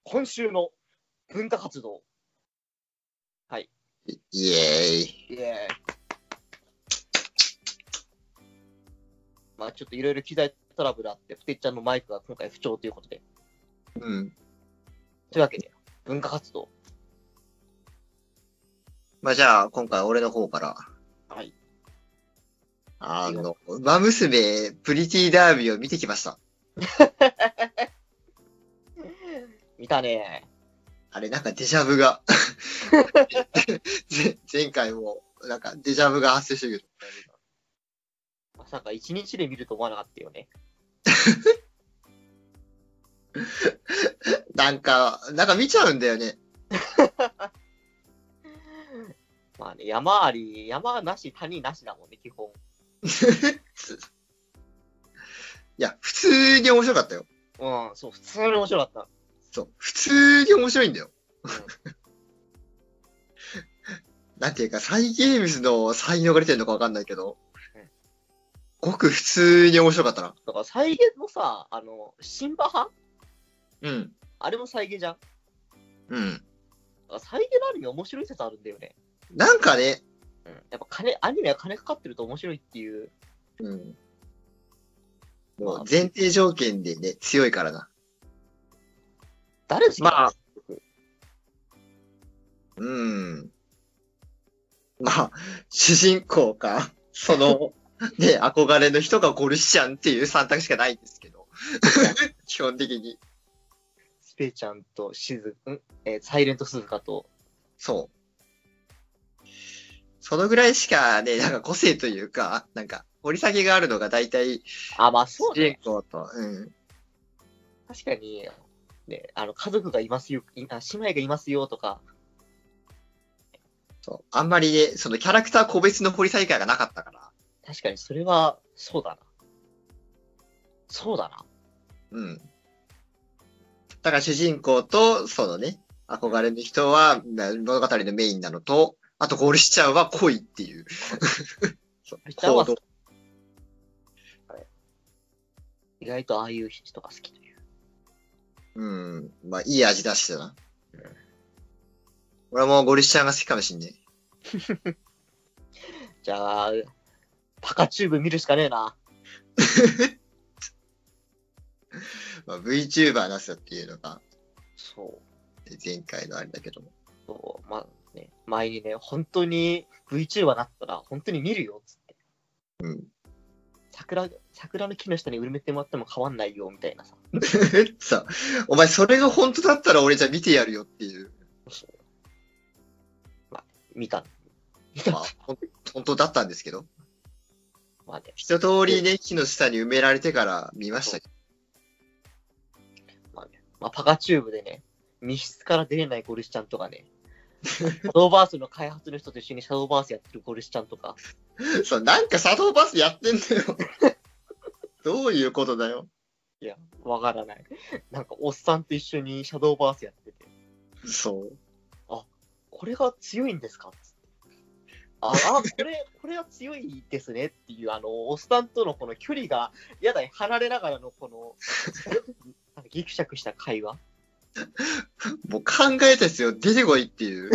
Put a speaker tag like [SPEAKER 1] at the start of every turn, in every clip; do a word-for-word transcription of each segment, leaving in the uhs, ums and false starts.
[SPEAKER 1] 今週の文化活動。はい。
[SPEAKER 2] イエーイ。
[SPEAKER 1] イエーイ。まあちょっといろいろ機材トラブルあって、ふてっちゃんのマイクが今回不調ということで。
[SPEAKER 2] うん。
[SPEAKER 1] というわけで、文化活動。
[SPEAKER 2] まあじゃあ、今回俺の方から。
[SPEAKER 1] はい。
[SPEAKER 2] あの、ウマ娘プリティダービーを見てきました。
[SPEAKER 1] 見たね。
[SPEAKER 2] あれ、なんかデジャブが。前回も、なんかデジャブが発生してるけど。
[SPEAKER 1] まさか一日で見ると思わなかったよね。
[SPEAKER 2] なんか、なんか見ちゃうんだよね。
[SPEAKER 1] まあね、山あり、山なし、谷なしだもんね、基本。
[SPEAKER 2] いや、普通に面白かったよ。
[SPEAKER 1] うん、そう、普通に面白かった。
[SPEAKER 2] そう、普通に面白いんだよ。うん、なんていうか、サイゲームズの才能が出てるのかわかんないけど、うん、ごく普通に面白かったな。
[SPEAKER 1] だから、サイゲのさ、あの、シンバ派
[SPEAKER 2] うん。
[SPEAKER 1] あれもサイゲじゃん。
[SPEAKER 2] うん。
[SPEAKER 1] サイゲのアニメ面白い説あるんだよね。
[SPEAKER 2] なんかね、
[SPEAKER 1] うん、やっぱ金、アニメは金かかってると面白いっていう。
[SPEAKER 2] うん。もう前提条件でね、強いからな。
[SPEAKER 1] 誰好きだ？
[SPEAKER 2] まあ、うん。まあ、主人公か、その、ね、憧れの人がゴルシちゃんっていうさん択しかないんですけど。基本的に。
[SPEAKER 1] スペちゃんとシズ、んえー、サイレントスズカと。
[SPEAKER 2] そう。そのぐらいしかね、なんか個性というか、なんか、掘り下げがあるのが大体、
[SPEAKER 1] あ、まあそうね。
[SPEAKER 2] 主人公と、うん。
[SPEAKER 1] 確かに、ね、あの、家族がいますよ、いあ姉妹がいますよとか。
[SPEAKER 2] そう。あんまりね、そのキャラクター個別の掘り下げがなかったから。
[SPEAKER 1] 確かに、それは、そうだな。そうだな。
[SPEAKER 2] うん。だから主人公と、そのね、憧れの人は物語のメインなのと、あとゴールしちゃうは恋っていう。
[SPEAKER 1] 行動。意外とああいう人が好きという。
[SPEAKER 2] うん。まあ、いい味出してたな。うん、俺もゴリシちゃんが好きかもしんね
[SPEAKER 1] え。じゃあ、パカチューブ見るしかねえな。
[SPEAKER 2] まあ、VTuber なさっていうのが、
[SPEAKER 1] そう。
[SPEAKER 2] 前回のあれだけども。
[SPEAKER 1] そう、まあね、前にね、本当に VTuber なったら、本当に見るよ、つって。
[SPEAKER 2] うん。
[SPEAKER 1] 桜、桜の木の下に埋めてもらっても変わんないよ、みたいなさ。
[SPEAKER 2] さ、お前それが本当だったら俺じゃ見てやるよっていう。
[SPEAKER 1] まあ、見た。
[SPEAKER 2] まあ、ほん本当だったんですけど。
[SPEAKER 1] まあね。
[SPEAKER 2] 一通りね、木の下に埋められてから見ましたけど。
[SPEAKER 1] まあね、まあ、パカチューブでね、密室から出れないゴルシちゃんとかね、シャドーバースの開発の人と一緒にシャドーバースやってるゴルシちゃんとか。
[SPEAKER 2] そう、なんかシャドーバースやってんだよ。どういうことだよ。
[SPEAKER 1] いや、わからない。なんか、おっさんと一緒にシャドーバースやってて。
[SPEAKER 2] そう。
[SPEAKER 1] あ、これが強いんですか？つって。ああ、これ、これは強いですねっていう、あの、おっさんとのこの距離が、やだ、離れながらのこの、ギクシャクした会話。
[SPEAKER 2] もう考えたですよ、出てこいっていう。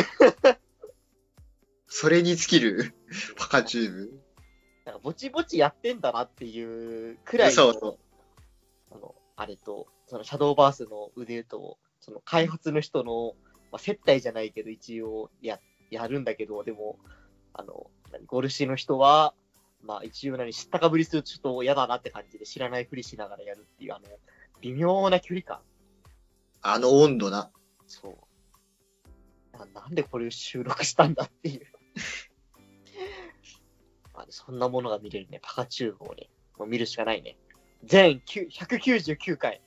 [SPEAKER 2] それに尽きるパカチューブ。
[SPEAKER 1] なんかぼちぼちやってんだなっていうくらいの、
[SPEAKER 2] そうそう。
[SPEAKER 1] あの、あれと、そのシャドーバースの腕と、その開発の人の、まあ、接待じゃないけど、一応や、やるんだけど、でも、あの、ゴルシの人は、まあ一応何、知ったかぶりするとちょっと嫌だなって感じで知らないふりしながらやるっていう、あの、微妙な距離感。
[SPEAKER 2] あの温度な。
[SPEAKER 1] そう。な, なんでこれを収録したんだっていう。まあ、そんなものが見れるね、パカチューブをね、もう見るしかないね。全ひゃくきゅうじゅうきゅうかい。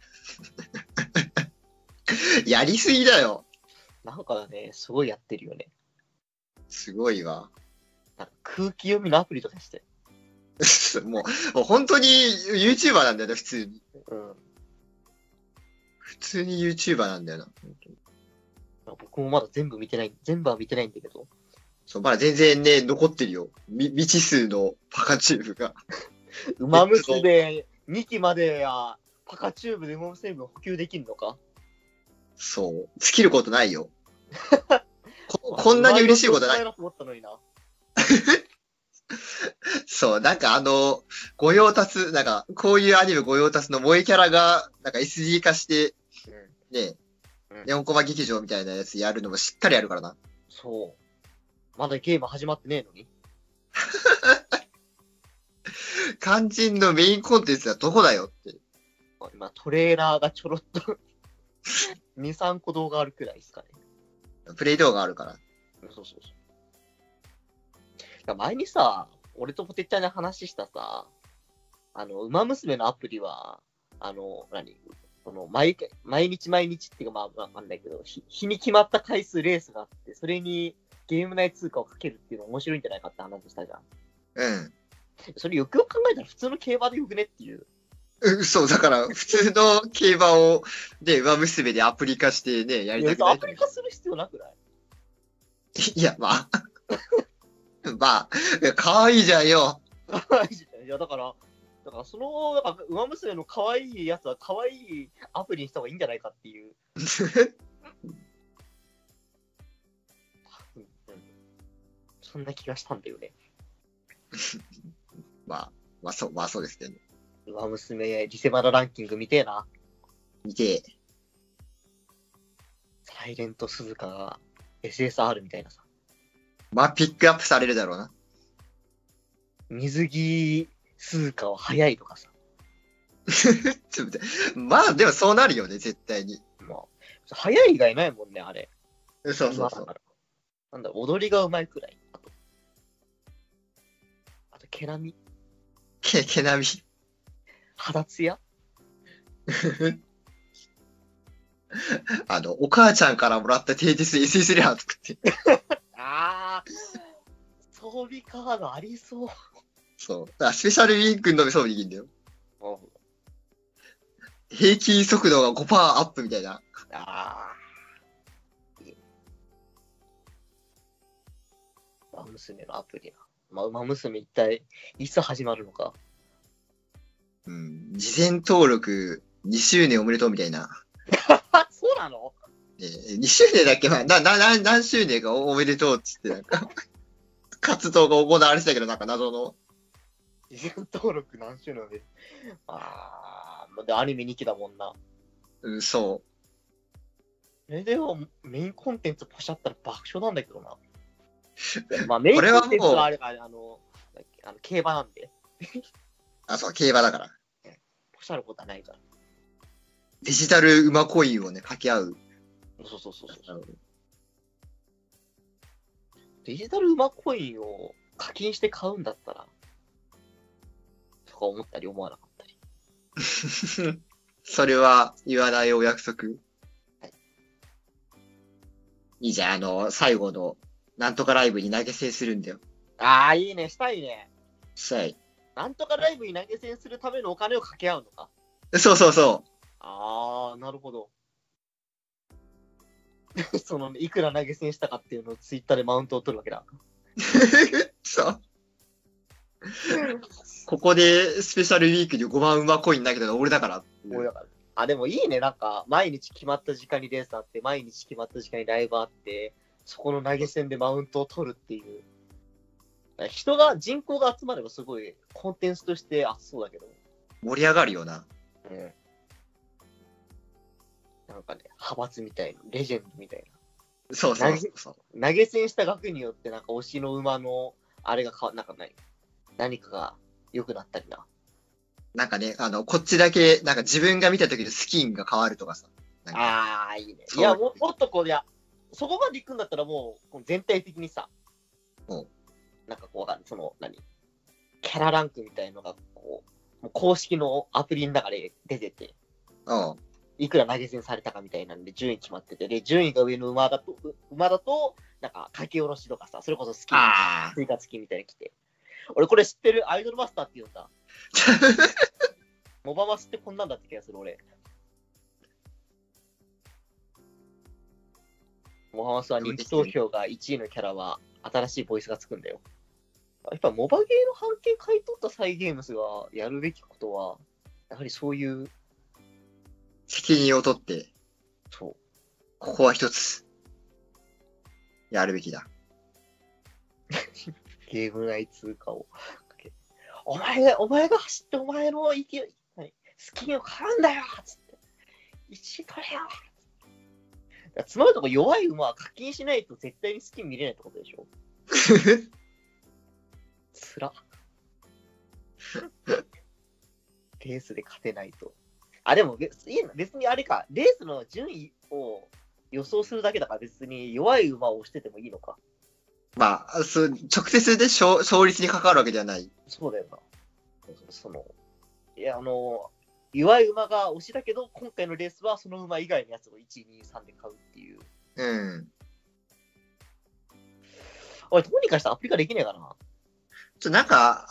[SPEAKER 2] やりすぎだよ。
[SPEAKER 1] なんかね、すごいやってるよね。
[SPEAKER 2] すごいわ。
[SPEAKER 1] なんか空気読みのアプリとかして。
[SPEAKER 2] もう、もう本当に YouTuber なんだよね、普通に。うん。普通に YouTuber なんだよな。本当に
[SPEAKER 1] 僕もまだ全部見てない、全部は見てないんだけど。
[SPEAKER 2] そう、まだ全然ね、残ってるよ。み未知数のパカチューブが。
[SPEAKER 1] ウマ娘にきまではパカチューブでウマ娘を補給できるのか？
[SPEAKER 2] そう。尽きることないよ。こ, こんなに嬉しいことない。
[SPEAKER 1] なと思ったのにな。
[SPEAKER 2] そう、なんかあの、御用達、なんか、こういうアニメ御用達の萌えキャラが、なんか エスディー 化して、うん、ね、うん、ネオンコマ劇場みたいなやつやるのもしっかりやるからな。
[SPEAKER 1] そう。まだゲーム始まってねえのに。
[SPEAKER 2] 肝心のメインコンテンツはどこだよって。
[SPEAKER 1] 今、トレーラーがちょろっとに、さんこ動画あるくらいですかね。
[SPEAKER 2] プレイ動画あるから。
[SPEAKER 1] そうそうそう。前にさ、俺とポテッチャーで話したさ、あの、馬娘のアプリは、あの、何その毎、毎日毎日っていうか、まあ、わかんないけど、日、日に決まった回数レースがあって、それにゲーム内通貨をかけるっていうの面白いんじゃないかって話したじゃん。
[SPEAKER 2] うん。
[SPEAKER 1] それよくよく考えたら普通の競馬でよくねっていう。
[SPEAKER 2] うん、そう、だから、普通の競馬を、ね、馬娘でアプリ化してね、やりたくない。
[SPEAKER 1] アプリ化する必要なくない？
[SPEAKER 2] いや、まあ。まあ、可愛いじゃんよ。
[SPEAKER 1] 可愛いじゃん。いや、だから、だからその、だから、馬娘の可愛いやつは可愛いアプリにした方がいいんじゃないかっていう。そんな気がしたんだよね。
[SPEAKER 2] まあ、まあそう、まあそうですけどね。
[SPEAKER 1] 馬娘、リセマラランキング見てえな。
[SPEAKER 2] 見てえ。
[SPEAKER 1] サイレント鈴鹿が エスエスアール みたいなさ。
[SPEAKER 2] まあ、ピックアップされるだろうな。
[SPEAKER 1] 水着鈴鹿は早いとかさ。
[SPEAKER 2] ちょっと待って。まあ、でもそうなるよね、絶対に。
[SPEAKER 1] まあ、早い以外ないもんね、あれ。
[SPEAKER 2] そうそうそう。
[SPEAKER 1] なんだ、踊りがうまいくらい。あと、あと毛並み。
[SPEAKER 2] 毛、毛並み。
[SPEAKER 1] 肌ツヤ
[SPEAKER 2] あの、お母ちゃんからもらったテーティス エスエス レア作って。
[SPEAKER 1] ああ、装備カードありそう。
[SPEAKER 2] そう。だからスペシャルウィークの装備できるんだよ。平均速度が ごパーセント アップみたいな。
[SPEAKER 1] ああ。馬娘のアプリな。まあ、馬娘一体いつ始まるのか。
[SPEAKER 2] うん。事前登録にしゅうねんおめでとうみたいな。
[SPEAKER 1] そうなの？
[SPEAKER 2] えー、にしゅうねんだっけ？まあ、な、な、な、何周年かおめでとうっつって、なんか、活動が行われてたけど、なんか謎の。
[SPEAKER 1] 事前登録何周年で。ああ、で、アニメにきだもんな。
[SPEAKER 2] うん、そう。
[SPEAKER 1] え、でも、メインコンテンツポシャったら爆笑なんだけどな。まあ、メインコンテンツはあれか、あの、あの競馬なんで。
[SPEAKER 2] あ、そう、競馬だから。
[SPEAKER 1] ポシャることはないから。
[SPEAKER 2] デジタル馬コインをね、掛け合う。
[SPEAKER 1] そうそうそうそう。デジタル馬コインを課金して買うんだったら、とか思ったり思わなかったり。
[SPEAKER 2] それは言わないお約束。はい。いいじゃん、あの、最後の、なんとかライブに投げ銭するんだよ。
[SPEAKER 1] ああ、いいね、したいね。
[SPEAKER 2] したい。
[SPEAKER 1] なんとかライブに投げ銭するためのお金を掛け合うのか。
[SPEAKER 2] そうそうそう。
[SPEAKER 1] ああ、なるほど。その、いくら投げ銭したかっていうのをツイッターでマウントを取るわけだ。
[SPEAKER 2] そう。ここでスペシャルウィークにごまん馬コイン投げたの俺だから。
[SPEAKER 1] 俺だから。あ、でもいいね。なんか、毎日決まった時間にレースあって、毎日決まった時間にライブあって、そこの投げ銭でマウントを取るっていう。人が、人口が集まればすごいコンテンツとして熱そうだけど。
[SPEAKER 2] 盛り上がるよな。
[SPEAKER 1] うん。なんかね、派閥みたいな、レジェンドみたいな。
[SPEAKER 2] そうそうそうそう。
[SPEAKER 1] 投げ銭した額によって、なんか推しの馬の、あれが変わ、なんかない。何かが良くなったりな。
[SPEAKER 2] なんかね、あの、こっちだけ、なんか自分が見た時のスキンが変わるとかさ。
[SPEAKER 1] ああ、いいね。いやも、もっとこう、いや、そこまで行くんだったらもう、全体的にさ、
[SPEAKER 2] うん。
[SPEAKER 1] なんかこう、わかる、その、何キャラランクみたいのが、こう、もう公式のアプリの中で出てて、
[SPEAKER 2] うん。
[SPEAKER 1] いくら投げ銭されたかみたいなんで順位決まってて、で、順位が上の馬だと、馬だと、なんか、書き下ろしとかさ、それこそスキン、追加付きみたいに来て。俺これ知ってる？アイドルマスターって言うんだ。モバマスってこんなんだって気がする、俺。モバマスは人気投票がいちいのキャラは新しいボイスがつくんだよ。やっぱモバゲーの半径買い取ったサイゲームスがやるべきことは、やはりそういう
[SPEAKER 2] 責任を取って。
[SPEAKER 1] そう。
[SPEAKER 2] ここは一つ、やるべきだ。
[SPEAKER 1] ゲーム内通貨をかけ。お前が、お前が走ってお前の勢い、何スキンを買うんだよつって。一取れよつまるとこ弱い馬は課金しないと絶対にスキン見れないってことでしょつら。レースで勝てないと。あ、でも別別にあれか、レースの順位を予想するだけだから別に弱い馬を押しててもいいのか。
[SPEAKER 2] まあ、そう、直接で勝勝率に関わるわけではない。
[SPEAKER 1] そうだよな。その、いや、あの、弱い馬が推しだけど、今回のレースはその馬以外のやつをいち、に、さんで買うっていう。
[SPEAKER 2] うん。
[SPEAKER 1] おい、どうにかしたらアプリ化できねえかな。
[SPEAKER 2] ちょ、なんか、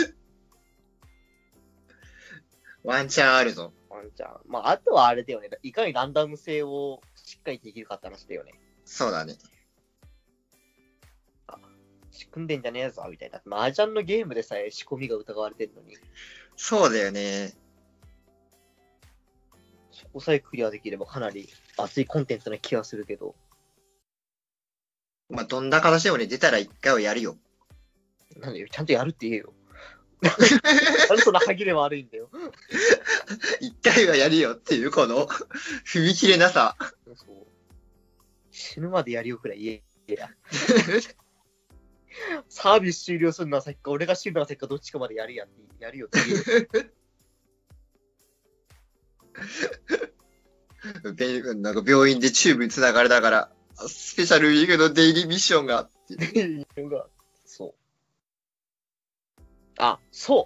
[SPEAKER 2] ワンチャンあるぞ。
[SPEAKER 1] ワンチャン。まあ、あとはあれだよね。いかにランダム性をしっかりできるかって話だよね。
[SPEAKER 2] そうだね。
[SPEAKER 1] 仕組んでんじゃねえぞ、みたいな。麻雀のゲームでさえ仕込みが疑われてるのに。
[SPEAKER 2] そうだよね。
[SPEAKER 1] そこさえクリアできればかなり熱いコンテンツな気がするけど。
[SPEAKER 2] まあ、どんな形でもね、出たら一回はやるよ。
[SPEAKER 1] なんでよ、ちゃんとやるって言えよ。なんでそんな歯切れ悪いんだよ。
[SPEAKER 2] 一回はやるよっていう、この、踏み切れなさ。
[SPEAKER 1] そう死ぬまでやりよくらい言えや。サービス終了するのは先か、俺が死ぬのは先か、どっちかまでやるやってやるよって
[SPEAKER 2] 言えよ。なんか病院でチューブにつながれながら、スペシャルウィークのデイリーミッションがあって。
[SPEAKER 1] そう。あ、そう。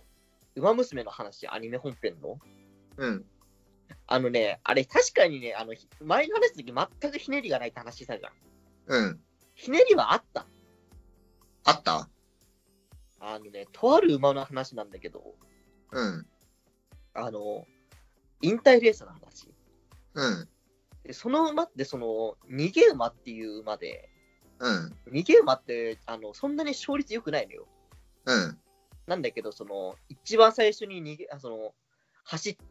[SPEAKER 1] 馬娘の話、アニメ本編の。
[SPEAKER 2] うん。
[SPEAKER 1] あのね、あれ確かにね、あの、前の話の時全くひねりがないって話したじゃん。
[SPEAKER 2] うん。
[SPEAKER 1] ひねりはあった。
[SPEAKER 2] あった？
[SPEAKER 1] あのね、とある馬の話なんだけど、
[SPEAKER 2] うん。
[SPEAKER 1] あの、引退レースの話。
[SPEAKER 2] うん。
[SPEAKER 1] でその馬って、その、逃げ馬っていう馬で、
[SPEAKER 2] うん。
[SPEAKER 1] 逃げ馬って、あの、そんなに勝率良くないのよ。
[SPEAKER 2] うん。
[SPEAKER 1] なんだけど、その、一番最初に逃げ、あその、走って、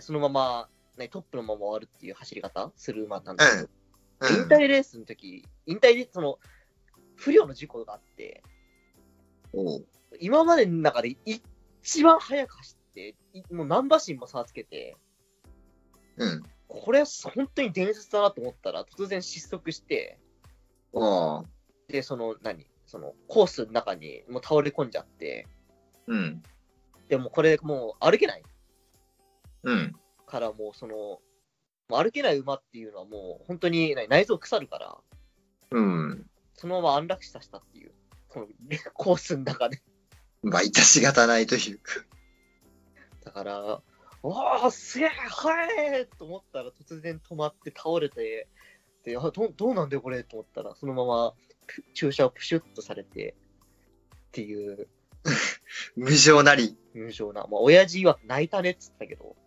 [SPEAKER 1] そのまま、ね、トップのまま終わるっていう走り方する馬なんだけど、
[SPEAKER 2] うん。
[SPEAKER 1] 引退レースの時、引退で、その、不慮の事故があって、
[SPEAKER 2] おう。
[SPEAKER 1] 今までの中で一番速く走って、いもう何馬身も差をつけて、
[SPEAKER 2] うん。
[SPEAKER 1] これは本当に伝説だなと思ったら、突然失速して、
[SPEAKER 2] おう。
[SPEAKER 1] で、その、何その、コースの中にもう倒れ込んじゃって、
[SPEAKER 2] うん。
[SPEAKER 1] でもこれもう歩けない
[SPEAKER 2] うん。
[SPEAKER 1] からもうその、もう歩けない馬っていうのはもう本当に何内臓腐るから、
[SPEAKER 2] うん。
[SPEAKER 1] そのまま安楽死させたっていう、このコースの中で。
[SPEAKER 2] まあ、致し方ないというか。
[SPEAKER 1] だから、わー、すげえ、はいと思ったら突然止まって倒れて、で、あどどうなんだよこれと思ったら、そのまま注射をプシュッとされて、っていう。
[SPEAKER 2] 無情なり。
[SPEAKER 1] 無情な。まあ、親父曰く泣いたねっつったけど、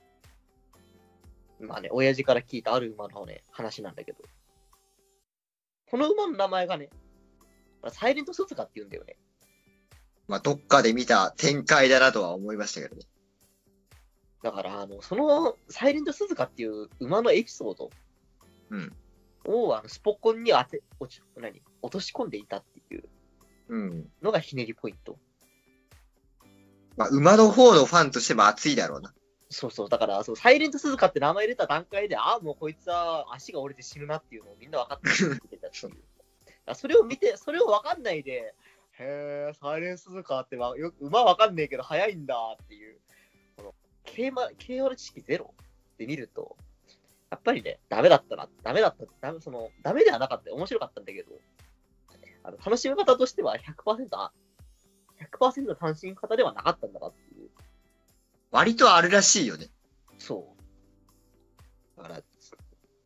[SPEAKER 1] まあね、親父から聞いたある馬のね、話なんだけど、この馬の名前がね、サイレントスズカって言うんだよね。
[SPEAKER 2] まあ、どっかで見た展開だなとは思いましたけどね。
[SPEAKER 1] だから、あの、その、サイレントスズカっていう馬のエピソード
[SPEAKER 2] うん
[SPEAKER 1] を、あのスポコンに当て、落ち、何落とし込んでいたっていう
[SPEAKER 2] うん。
[SPEAKER 1] のがひねりポイント。
[SPEAKER 2] まあ、馬の方のファンとしても熱いだろうな。
[SPEAKER 1] そうそう。だから、そうサイレントスズカって名前入れた段階で、ああ、もうこいつは足が折れて死ぬなっていうのをみんな分かって見てたっていう。だからそれを見て、それを分かんないで、へえ、サイレントスズカってわよ馬分かんねえけど速いんだっていう、この競馬、競馬の知識ゼロで見ると、やっぱりね、ダメだったな、ダメだった、ダメ、その、ダメではなかった、面白かったんだけど、あの楽しみ方としてはひゃくパーセント、あ、ひゃくパーセント 楽しみ方ではなかったんだなっていう。
[SPEAKER 2] 割とあるらしいよね。
[SPEAKER 1] そう。だから、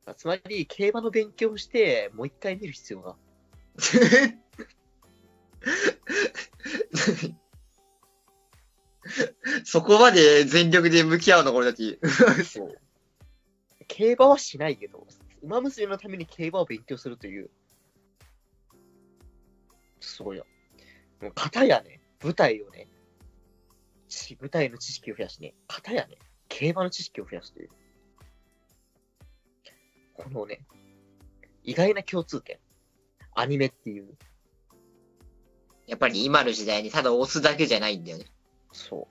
[SPEAKER 1] つまり、競馬の勉強をして、もう一回見る必要が。
[SPEAKER 2] そこまで全力で向き合うのこれだって
[SPEAKER 1] そう。競馬はしないけど、馬娘のために競馬を勉強するという。すごいよ。もう片やね、舞台をね、舞台の知識を増やしね、片やね、競馬の知識を増やすという。このね、 意外な共通点。アニメっていう。
[SPEAKER 2] やっぱり今の時代にただ押すだけじゃないんだよね。
[SPEAKER 1] そう。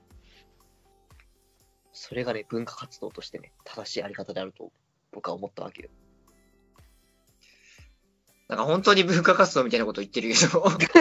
[SPEAKER 1] それがね、文化活動としてね、正しいあり方であると僕は思ったわけよ。
[SPEAKER 2] なんか本当に文化活動みたいなこと言ってるけど。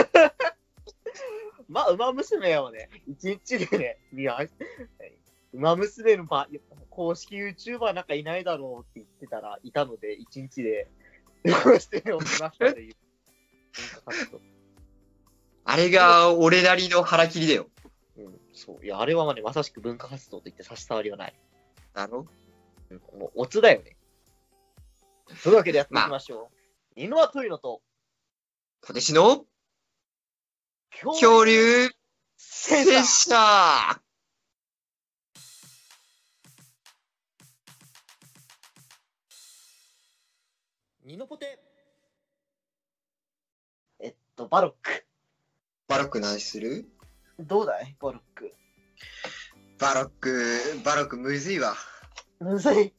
[SPEAKER 1] まあ、馬娘はね、一日でね、いや、馬娘のば公式 YouTuber なんかいないだろうって言ってたら、いたので、一日で、どうしておきましたという文化活動。
[SPEAKER 2] あれが俺なりの腹切りだよ。
[SPEAKER 1] うん、そう。いや、あれはね、まさしく文化活動といって差し障りはない。
[SPEAKER 2] だろ、
[SPEAKER 1] うん、もう、オツだよね。というわけでやっていきましょう。犬はというのと、
[SPEAKER 2] 今年の恐竜拙者。
[SPEAKER 1] ニノポテ。えっと、バロック。
[SPEAKER 2] バロック何する？
[SPEAKER 1] どうだいバロック。
[SPEAKER 2] バロック、バロックむずいわ。
[SPEAKER 1] むずい。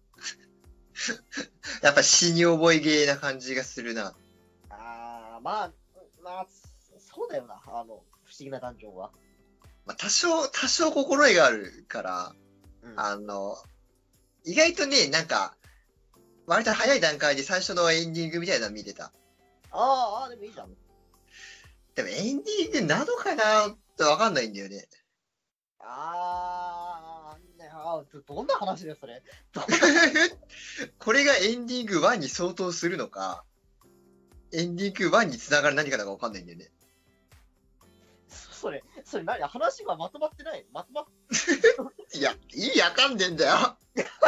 [SPEAKER 2] やっぱ死に覚えゲーな感じがするな。
[SPEAKER 1] あー、まあ、まあ、そうだよな。あの、不思議なダンジョンは。
[SPEAKER 2] まあ、多少、多少心得があるから、
[SPEAKER 1] うん、
[SPEAKER 2] あの、意外とね、なんか、割と早い段階で最初のエンディングみたいなの見てた。
[SPEAKER 1] あーあー、でもいいじゃん。
[SPEAKER 2] でもエンディングなのかなってわかんないんだよね。
[SPEAKER 1] あー、ね、あーどんな話だよ、それ。
[SPEAKER 2] これがエンディングワンに相当するのか、エンディングワンにつながる何かだかわかんないんだよね。
[SPEAKER 1] それ、それ何話がまとまってないまとまっ
[SPEAKER 2] いや、意味わかんねえんだよ。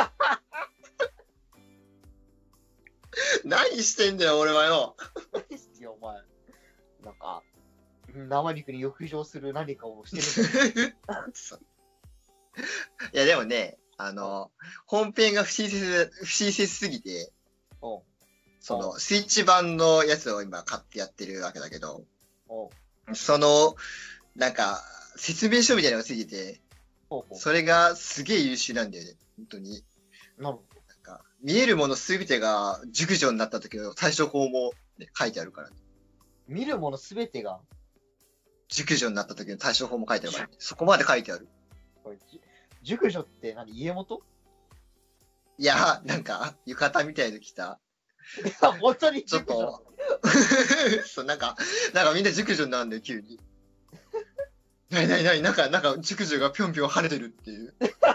[SPEAKER 2] 何してんだよ、俺はよ。
[SPEAKER 1] 何してよ、お前。なんか、生肉に浴場する何かをしてるんだよ。
[SPEAKER 2] いや、でもね、あの、本編が不親切、不親切すぎて、
[SPEAKER 1] おう
[SPEAKER 2] その、スイッチ版のやつを今買ってやってるわけだけど、
[SPEAKER 1] おう
[SPEAKER 2] その、なんか、説明書みたいなのがついてて、
[SPEAKER 1] ほうほう
[SPEAKER 2] それがすげえ優秀なんだよね、本当に。
[SPEAKER 1] なるほど。
[SPEAKER 2] なんか、見えるものすべてが熟女になった時の対処法も、ね、書いてあるから、ね。
[SPEAKER 1] 見るものすべてが、
[SPEAKER 2] 熟女になった時の対処法も書いてあるから、ね、そこまで書いてある。
[SPEAKER 1] これじ熟女って何家元
[SPEAKER 2] いや、なんか、浴衣みたいの着た。
[SPEAKER 1] いや、本当に
[SPEAKER 2] ちょっ
[SPEAKER 1] 熟女。
[SPEAKER 2] と、そう、なんか、なんかみんな熟女になるんだよ、急に。なになになになんか、なんか、熟女がぴょんぴょん跳ねてるっていう。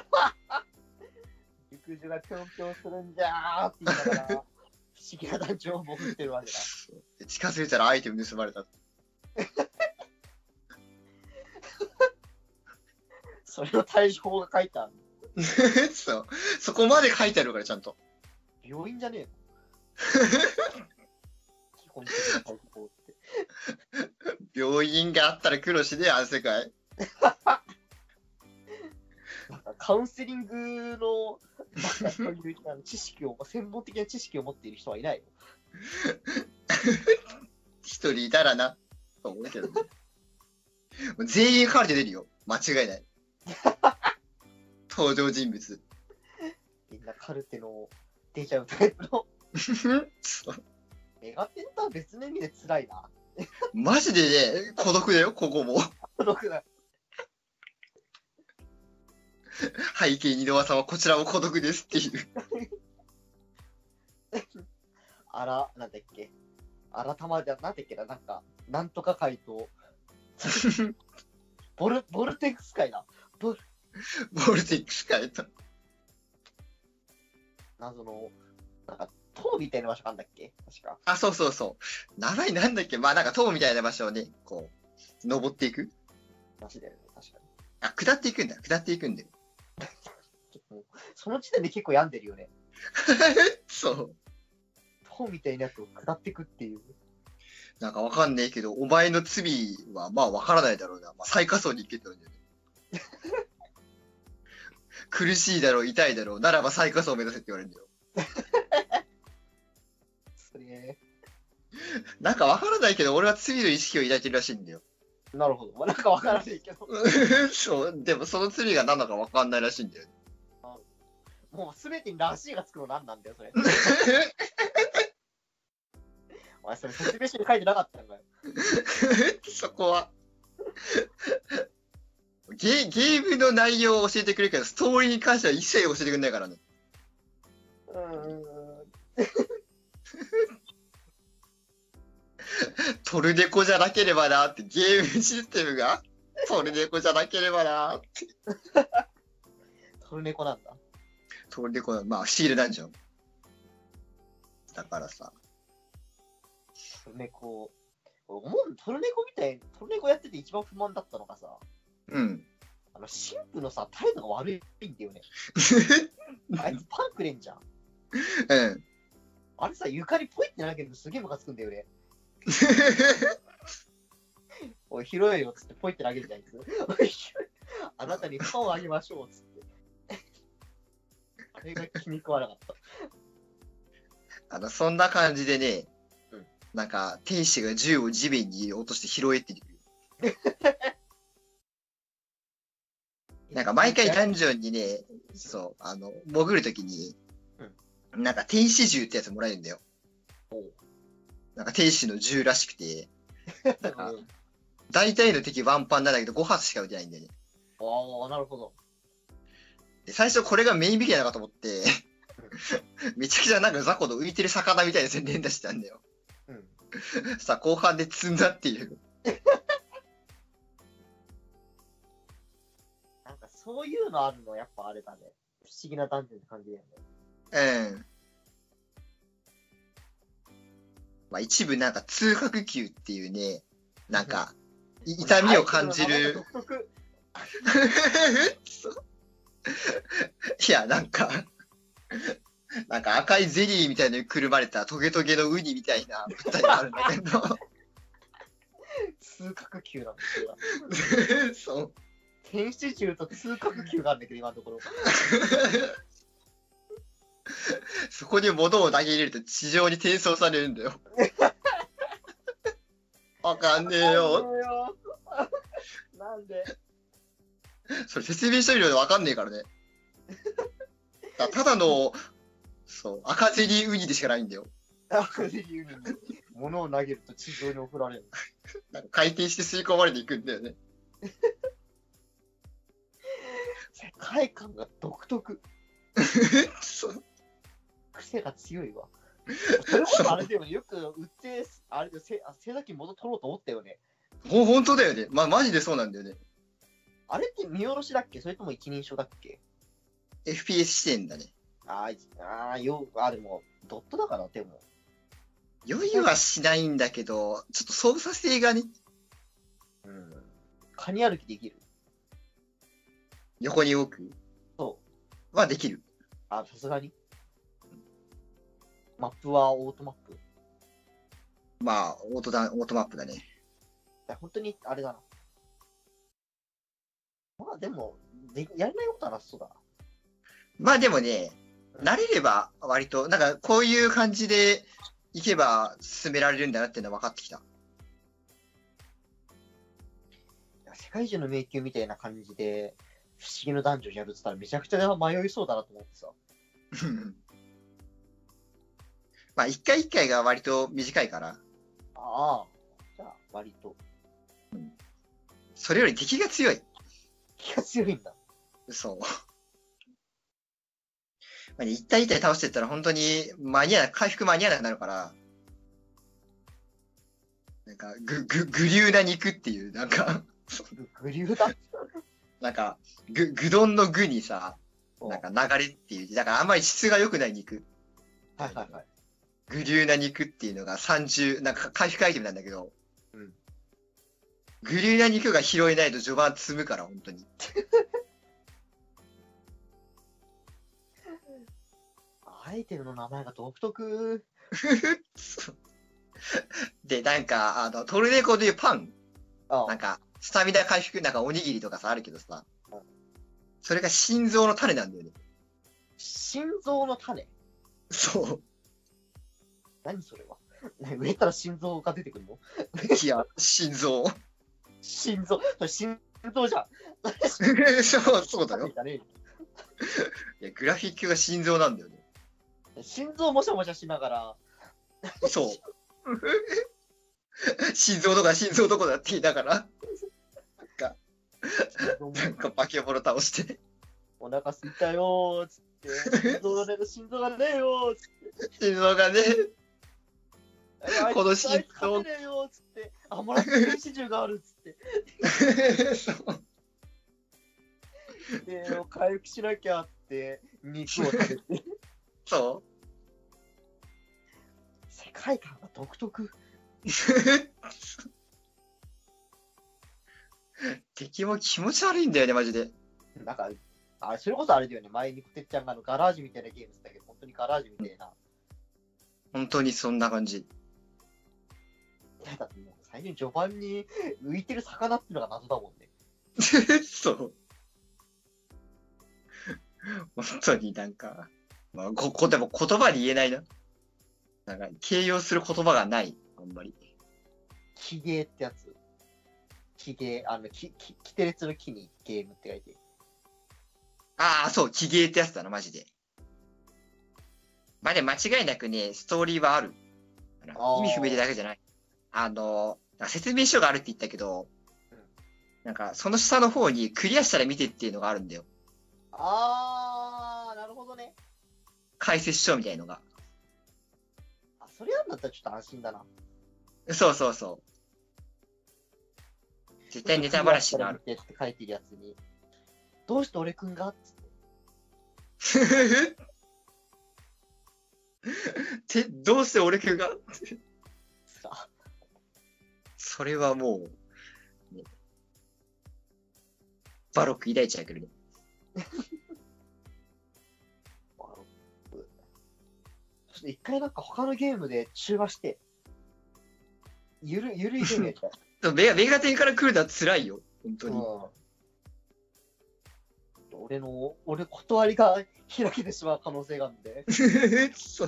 [SPEAKER 1] 熟女がぴょんぴょんするんじゃーって言いながら、不思議な団長を潜ってるわけだ。
[SPEAKER 2] で近づいたらアイテム盗まれた。
[SPEAKER 1] それの対処法が書いてある。
[SPEAKER 2] そう。そこまで書いてあるから、ちゃんと。
[SPEAKER 1] 病院じゃねえの基本的な対処法って。
[SPEAKER 2] 病院があったら苦労しねえ、あの世界。
[SPEAKER 1] なんかカウンセリングのなんかそういうあの知識を、専門的な知識を持っている人はいないの
[SPEAKER 2] 一人いたらな、と思うけどね。全員カルテ出るよ。間違いない。登場人物。
[SPEAKER 1] みんなカルテの出ちゃうタイプの。
[SPEAKER 2] そう。
[SPEAKER 1] メガテンとは別の意味で辛いな。
[SPEAKER 2] マジでね、孤独だよ、ここも。
[SPEAKER 1] 孤独だ。
[SPEAKER 2] 背景二度技はこちらも孤独ですっていう。
[SPEAKER 1] あら、なんだっけ。改まで、なんだっけな、なんか、なんとか会と、ボル、ボルテックス会だ。ボル、
[SPEAKER 2] ボルテックス変えた。
[SPEAKER 1] 謎の、なんか、塔みたいな場所があんだっけ確か。
[SPEAKER 2] あ、そうそうそう。名前なんだっけ、まあなんか塔みたいな場所をね、こう、登っていく。
[SPEAKER 1] マジだよね、確かに。
[SPEAKER 2] あ、下っていくんだ。下っていくんだよ。
[SPEAKER 1] その時点で結構病んでるよね。
[SPEAKER 2] そう。
[SPEAKER 1] 塔みたいなやつを下っていくっていう。
[SPEAKER 2] なんかわかんねえけど、お前の罪はまあわからないだろうな。まあ最下層に行けって言うんだよね。苦しいだろう、痛いだろう。ならば最下層を目指せって言われるんだよ。
[SPEAKER 1] それ、
[SPEAKER 2] なんかわからないけど、俺は罪の意識を抱いてるらしいんだよ。
[SPEAKER 1] なるほど。まあ、なんかわからないけど。
[SPEAKER 2] そう、でもその罪が何なのかわかんないらしいんだよ。
[SPEAKER 1] もうすべてにらしいがつくの何なんだよ、それ。 前それ説明書に書いてなかったんかよ。
[SPEAKER 2] そこは。ゲ、ゲームの内容を教えてくれるけど、ストーリーに関しては一切教えてくれないからね。
[SPEAKER 1] うーん。
[SPEAKER 2] トルネコじゃなければなって、ゲームシステムがトルネコじゃなければなって。
[SPEAKER 1] トルネコなんだ。
[SPEAKER 2] トルネコ、まあ、シールダンジョン。だからさ。
[SPEAKER 1] トルネコ、思う、トルネコみたい、トルネコやってて一番不満だったのがさ、
[SPEAKER 2] うん。
[SPEAKER 1] あの、神父のさ、態度が悪いんだよね。あいつパンくれんじゃん。
[SPEAKER 2] うん。
[SPEAKER 1] あれさ、床にポイって投げるとすげえムカつくんだよね。おい、拾えよっつってポイって投げるじゃん、あいつ。おい、あなたにパンをあげましょうっつって。あれが気に食わなかった。
[SPEAKER 2] あの、そんな感じでね、
[SPEAKER 1] うん、
[SPEAKER 2] なんか、天使が銃を地面に落として拾えって言う。なんか毎回ダンジョンにね、そう、あの、潜るときに、うん、なんか天使銃ってやつもらえるんだよ。なんか天使の銃らしくて、なんか、大体の敵ワンパンなんだけどご発しか撃てないんだよね。
[SPEAKER 1] ああ、なるほど。
[SPEAKER 2] で最初これがメインビキなのかと思って、めちゃくちゃなんか雑魚の浮いてる魚みたいな宣伝出してたんだよ。うん。さあ、後半で積んだっていう。
[SPEAKER 1] なんかそういうのあるの、やっぱあれだね。不思議なダンジョンって感じだよ
[SPEAKER 2] ね。うん。まあ一部なんか痛覚球っていうね、なんか、痛みを感じる。独特。いや、なんか、なんか赤いゼリーみたいなのにくるまれたトゲトゲのウニみたいな物体があるんだけど。
[SPEAKER 1] 痛覚球なんですよ。
[SPEAKER 2] そう。
[SPEAKER 1] 天使銃と痛覚球があるんだけど、今のところ。
[SPEAKER 2] そこに物を投げ入れると地上に転送されるんだよ。わかんねえよ。
[SPEAKER 1] なんで
[SPEAKER 2] それ説明書よりわかんねえからね。ただの、そう、赤ゼリーウニでしかないんだよ。
[SPEAKER 1] 赤ゼリーウニに物を投げると地上に送られる。
[SPEAKER 2] なんか回転して吸い込まれていくんだよね。
[SPEAKER 1] 世界観が独特。
[SPEAKER 2] そう。
[SPEAKER 1] 癖が強いわ。それこそあれだよね、よく売って、あれでせ背先元取ろうと思ったよね。
[SPEAKER 2] ほ、ほんとだよね。まあ、マジでそうなんだよね。
[SPEAKER 1] あれって見下ろしだっけそれとも一人称だっけ
[SPEAKER 2] エフピーエス 視点だね。
[SPEAKER 1] ああ、よ、あ、でも、ドットだから、でも。
[SPEAKER 2] 酔いはしないんだけど、ちょっと操作性がね。
[SPEAKER 1] うん。カニ歩きできる
[SPEAKER 2] 横に動くそうはできる。
[SPEAKER 1] あ、さすがに。マップはオートマップ
[SPEAKER 2] まあ、オートだ、オートマップだね。
[SPEAKER 1] いや、本当に、あれだな。まあ、でも、でやれないことはなさそうだな。
[SPEAKER 2] まあでもね、慣れれば割と、なんかこういう感じでいけば進められるんだなっていうのは分かってきた。
[SPEAKER 1] 世界中の迷宮みたいな感じで、不思議のダンジョンやるって言ったらめちゃくちゃ迷いそうだなと思ってさ。
[SPEAKER 2] まあ一回一回が割と短いから。
[SPEAKER 1] ああ、じゃあ割と。
[SPEAKER 2] うん。それより敵が強い。
[SPEAKER 1] 敵が強いんだ。
[SPEAKER 2] そう。まあ、一体一体倒していったら本当に間に合わない、回復間に合わなくなるから、なんか、ぐ、ぐ、ぐりゅうな肉っていう、なんか
[SPEAKER 1] ぐりゅうだ
[SPEAKER 2] なんか、ぐ、ぐどんの具にさ、なんか流れっていう、だからあんまり質が良くない肉。
[SPEAKER 1] はいはいはい。
[SPEAKER 2] ぐりゅうな肉っていうのがさんじゅう、なんか回復アイテムなんだけど、うん。ぐりゅうな肉が拾えないと序盤積むから、本当に。
[SPEAKER 1] アイテムの名前が独特。
[SPEAKER 2] で、なんか、あの、トルネコでいうパン。
[SPEAKER 1] ああ
[SPEAKER 2] なんか、スタミナ回復、なんかおにぎりとかさ、あるけどさ。それが心臓の種なんだよね。
[SPEAKER 1] 心臓の種
[SPEAKER 2] そう。
[SPEAKER 1] 何それは植えたら心臓が出てくるの
[SPEAKER 2] いや、心臓。
[SPEAKER 1] 心臓、それ心臓じゃん。
[SPEAKER 2] そう、そうだよ。いや、グラフィックが心臓なんだよね。
[SPEAKER 1] 心臓もしゃもしゃしながら。
[SPEAKER 2] そう。 心臓とか心臓どこだって言いながら、なんか、なんか化け物倒して。
[SPEAKER 1] お腹すいたよーっつって、心臓がねえ、心臓がねえよーっつって。
[SPEAKER 2] 心臓がねえ。この心臓。
[SPEAKER 1] ねえよーっつって。あ、もらってる始終があるっつって。そう。で、回復しなきゃって、肉を食べて。
[SPEAKER 2] そう。
[SPEAKER 1] 世界観が独特。
[SPEAKER 2] 敵も気持ち悪いんだよね、マジで。
[SPEAKER 1] なんか、あれ、それこそあれだよね、前にこてっちゃんがあのガラージュみたいなゲームだけど、本当にガラージュみたいな。
[SPEAKER 2] 本当にそんな感じ。
[SPEAKER 1] いや、だってもう最初に序盤に浮いてる魚っていうのが謎だもんね。
[SPEAKER 2] そう。本当になんか、まあ、ここでも言葉に言えないな。なんか、形容する言葉がない、あんまり。
[SPEAKER 1] キゲーってやつ。キゲー、あの、き、き、キテレツの木にゲームって書いて。
[SPEAKER 2] ああ、そう、奇芸ってやつだな、マジで。まあでも間違いなくね、ストーリーはある。意味不明でだけじゃない。あの、説明書があるって言ったけど、うん、なんか、その下の方にクリアしたら見てっていうのがあるんだよ。
[SPEAKER 1] あー、なるほどね。
[SPEAKER 2] 解説書みたいのが。
[SPEAKER 1] あ、それやんだったらちょっと安心だな。
[SPEAKER 2] そうそうそう。絶対ネタバラシになる。
[SPEAKER 1] って書いてるやつに、どうして俺くんがっつって。
[SPEAKER 2] て、どうして俺くんがそれはもう、ね、バロック抱いちゃうけどね。
[SPEAKER 1] バロック。そして一回なんか他のゲームで中和して、ゆる、ゆるいゲームやった。
[SPEAKER 2] メガ、メガテンから来るのは辛いよ。本当に。うん、
[SPEAKER 1] 俺の、俺断りが開けてしまう可能性があるんで。
[SPEAKER 2] そう。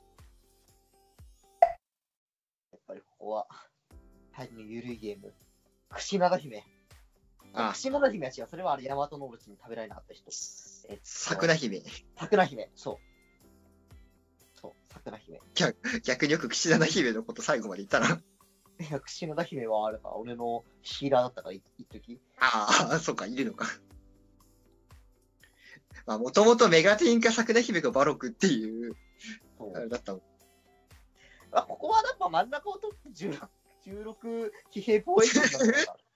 [SPEAKER 1] やっぱりここは、大変ゆるいゲーム。櫛灘姫。ああ、櫛灘姫は違う。それはあれ、ヤマトノオロチに食べられなかった人。
[SPEAKER 2] えっと、桜姫。
[SPEAKER 1] 桜姫、そう。そう、桜姫。
[SPEAKER 2] 逆、逆によく櫛灘姫のこと最後まで言ったな。
[SPEAKER 1] いや、櫛灘姫はあれか、俺のヒーラーだったから言っとき。
[SPEAKER 2] ああ、そうか、いるのか。まあ、もともとメガテンか桜姫かバロックっていう、あれだったもん。
[SPEAKER 1] あ、ここはやっぱ真ん中を取ってじゅうろく、じゅうろく騎兵防衛軍だったから。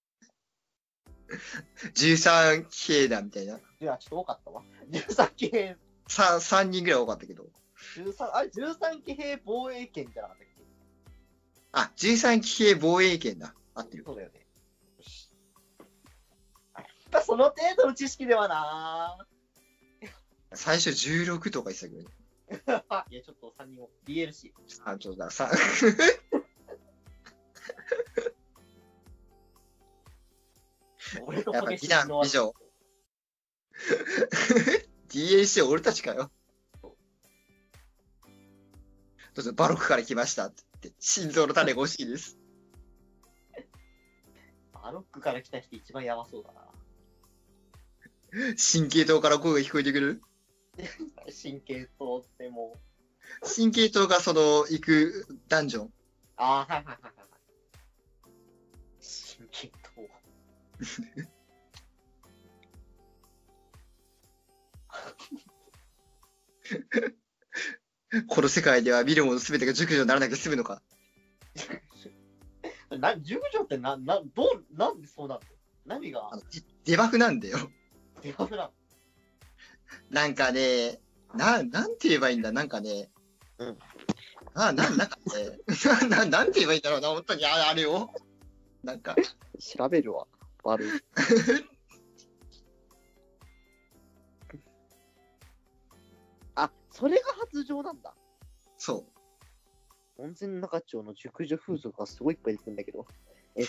[SPEAKER 2] じゅうさん騎兵だみたいな。
[SPEAKER 1] いや、ちょっと多かったわ。じゅうさん騎兵。
[SPEAKER 2] さん、さんにんぐらい多かったけど。
[SPEAKER 1] じゅうさん、あれ、じゅうさん騎兵防衛権じゃなかったっけ？
[SPEAKER 2] あ、じゅうさん騎兵防衛権だ。合ってる。
[SPEAKER 1] そうだよね。やっぱその程度の知識ではな
[SPEAKER 2] 最初じゅうろくとか言ってたけどね。
[SPEAKER 1] いや、ちょっとさんにんを。ディーエルシー。
[SPEAKER 2] あ、ちょっとだ、さん。
[SPEAKER 1] 俺と
[SPEAKER 2] やっぱ美男美女。ディーエルシー 俺たちかよ。どうぞバロックから来ましたって言って、心臓の種が欲しいです。
[SPEAKER 1] バロックから来た人一番やばそうだな。
[SPEAKER 2] 神経刀から声が聞こえてくる。
[SPEAKER 1] 神経刀っても
[SPEAKER 2] う。神経刀がその、行くダンジョン。
[SPEAKER 1] ああ、はいはいはいはい。神経刀。
[SPEAKER 2] この世界では見るものすべてが熟女にならなきゃ済むのか。
[SPEAKER 1] な、熟女ってな、な、どう、なんでそうなの？何が
[SPEAKER 2] デバフなんだよ。
[SPEAKER 1] デバフなの？
[SPEAKER 2] なんかね、な、なんて言えばいいんだ、なんかね。
[SPEAKER 1] うん。
[SPEAKER 2] あ、な、なんかね、な、な、なんて言えばいいんだろうな、本当に、あ、あれを。なんか。
[SPEAKER 1] 調べるわ。悪い。あ、それが発情なんだ。
[SPEAKER 2] そう。
[SPEAKER 1] 温泉中町の熟女風俗がすごいいっぱい出てくるんだけど。えっと、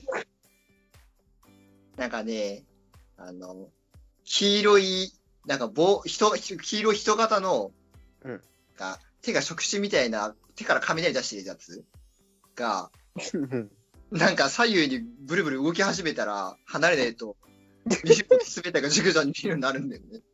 [SPEAKER 2] なんかね、あの、黄色い、なんか棒、人、黄色い人型の、
[SPEAKER 1] うん。
[SPEAKER 2] が、手が触手みたいな、手から雷出してるやつが、なんか左右にブルブル動き始めたら、離れないと、見ることすべてが熟女に見えるようになるんだよね。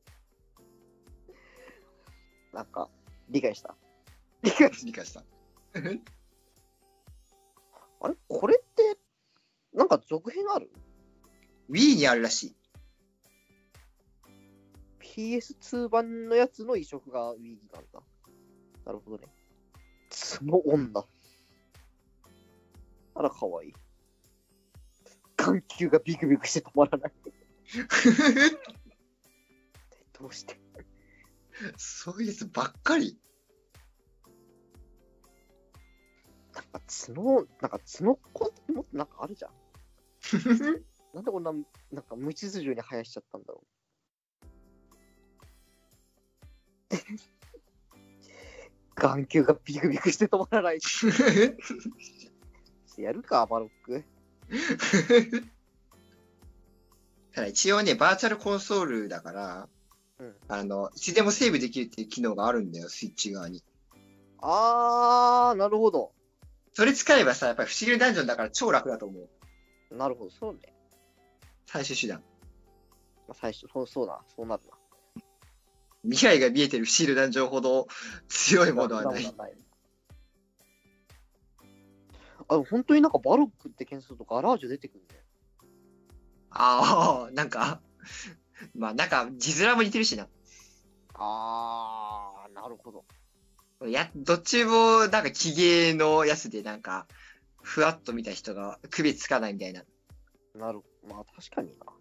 [SPEAKER 1] なんか、理解した。
[SPEAKER 2] 理解した。
[SPEAKER 1] あれこれって、なんか続編ある？
[SPEAKER 2] Wii にあるらしい。
[SPEAKER 1] ピーエスツー 版のやつの移植が Wii なんだ。なるほどね。角女。あら、かわいい。眼球がビクビクして止まらない。どうして
[SPEAKER 2] そういうやつばっかり。
[SPEAKER 1] なんか角、なんか角っこってもっとなんかあるじゃん。なんでこんな、なんか無秩序に生やしちゃったんだろう。眼球がビクビクして止まらない。やるか、バロック。
[SPEAKER 2] ただ一応ね、バーチャルコンソールだから、うん、あの、いつでもセーブできるっていう機能があるんだよ、スイッチ側に。
[SPEAKER 1] あー、なるほど。
[SPEAKER 2] それ使えばさ、やっぱり不思議なダンジョンだから超楽だと思
[SPEAKER 1] う。なるほど、そうね。
[SPEAKER 2] 最終手段。
[SPEAKER 1] まあ、最初、そうそうだ、そうなるな。
[SPEAKER 2] 未来が見えてる不思議なダンジョンほど強いものはない。
[SPEAKER 1] あ、本当になんかバロックって検索するとガラージュ出てくるね。
[SPEAKER 2] ああ、なんか、まあなんか字面も似てるしな。
[SPEAKER 1] あー、なるほど。
[SPEAKER 2] や、どっちもなんか奇芸のやつでなんか、ふわっと見た人が区別つかないみたいな。
[SPEAKER 1] なる、まあ確かにな。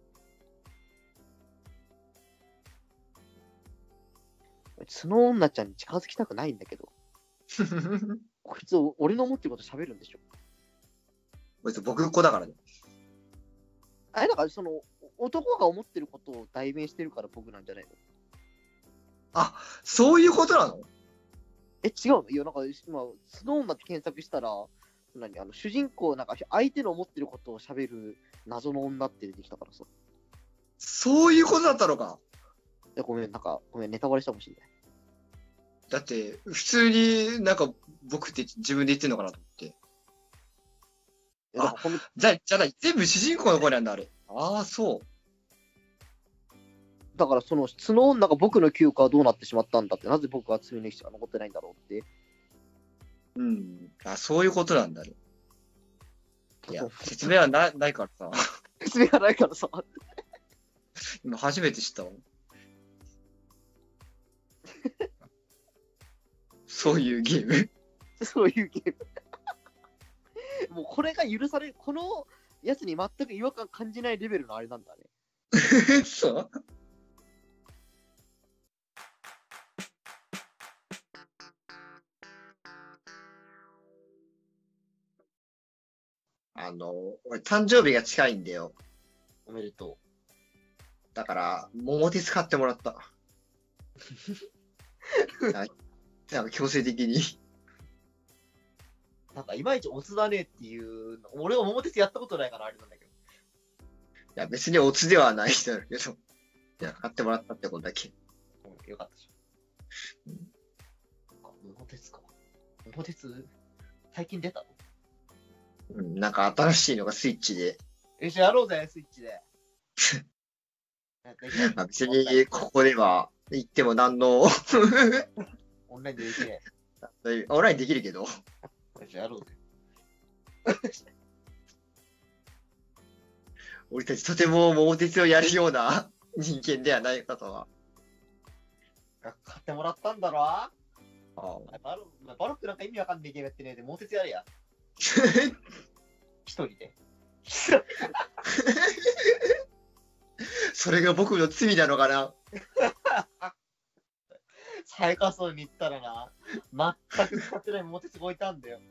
[SPEAKER 1] 角女ちゃんに近づきたくないんだけど。こいつ、俺の思ってること喋るんでしょ。
[SPEAKER 2] こいつ僕っ子だからね。
[SPEAKER 1] あれだからその、男が思ってることを代弁してるから僕なんじゃないの？
[SPEAKER 2] あ、そういうことなの？
[SPEAKER 1] え、違うの？いや、なんか、今、角女って検索したら、何あの主人公、なんか相手の思ってることを喋る謎の女って出てきたからさ。
[SPEAKER 2] そういうことだったのか。
[SPEAKER 1] いや、ごめん、なんか、ごめん、ネタバレしたかもしれない。
[SPEAKER 2] だって、普通になんか僕って自分で言ってんのかなと思って。あ、じゃあ、じゃあ、全部主人公の子なんだ、あれ。ああ、そう。
[SPEAKER 1] だから、その、角女が僕の休暇はどうなってしまったんだって、なぜ僕は罪の意識が残ってないんだろうって。
[SPEAKER 2] うん。あ、そういうことなんだね。いや、説明はなないからさ。
[SPEAKER 1] 説明はないからさ。
[SPEAKER 2] 今初めて知ったわ。そういうゲーム
[SPEAKER 1] そういうゲーム。もうこれが許される、このやつに全く違和感感じないレベルのあれなんだね。
[SPEAKER 2] そうあの、俺誕生日が近いんだよ。
[SPEAKER 1] おめでと
[SPEAKER 2] う。だから、桃鉄買ってもらった。なんか強制的に。
[SPEAKER 1] なんかいまいちオツだねっていう、俺は桃鉄やったことないからあれなんだけど。
[SPEAKER 2] いや、別にオツではない人だけど、いや、買ってもらったってことだけ。
[SPEAKER 1] うん、よかったじゃん。うん、あ、桃鉄か。桃鉄、最近出たの？
[SPEAKER 2] うん、なんか新しいのがスイッチで。
[SPEAKER 1] よし、やろうぜ、スイッチで。
[SPEAKER 2] まあ別に、ここでは言っても何の
[SPEAKER 1] オンラインでできね
[SPEAKER 2] え。オンラインできるけど。
[SPEAKER 1] よし、やろうぜ。
[SPEAKER 2] 俺たちとても桃鉄をやるような人間ではないかとは。
[SPEAKER 1] 買ってもらったんだろ？あ
[SPEAKER 2] あ
[SPEAKER 1] バロバロックなんか意味わかんないゲームやってねえで、桃鉄やれや。一人で。
[SPEAKER 2] それが僕の罪なのかな。
[SPEAKER 1] 最下層に行ったらな、全く使ってない桃鉄が置いたんだよ。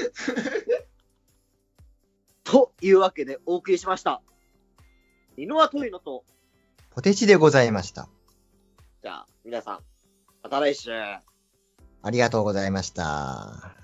[SPEAKER 1] というわけでお送りしました。犬はトイノと
[SPEAKER 2] ポテチでございました。
[SPEAKER 1] じゃあ皆さん、また来週。
[SPEAKER 2] ありがとうございました。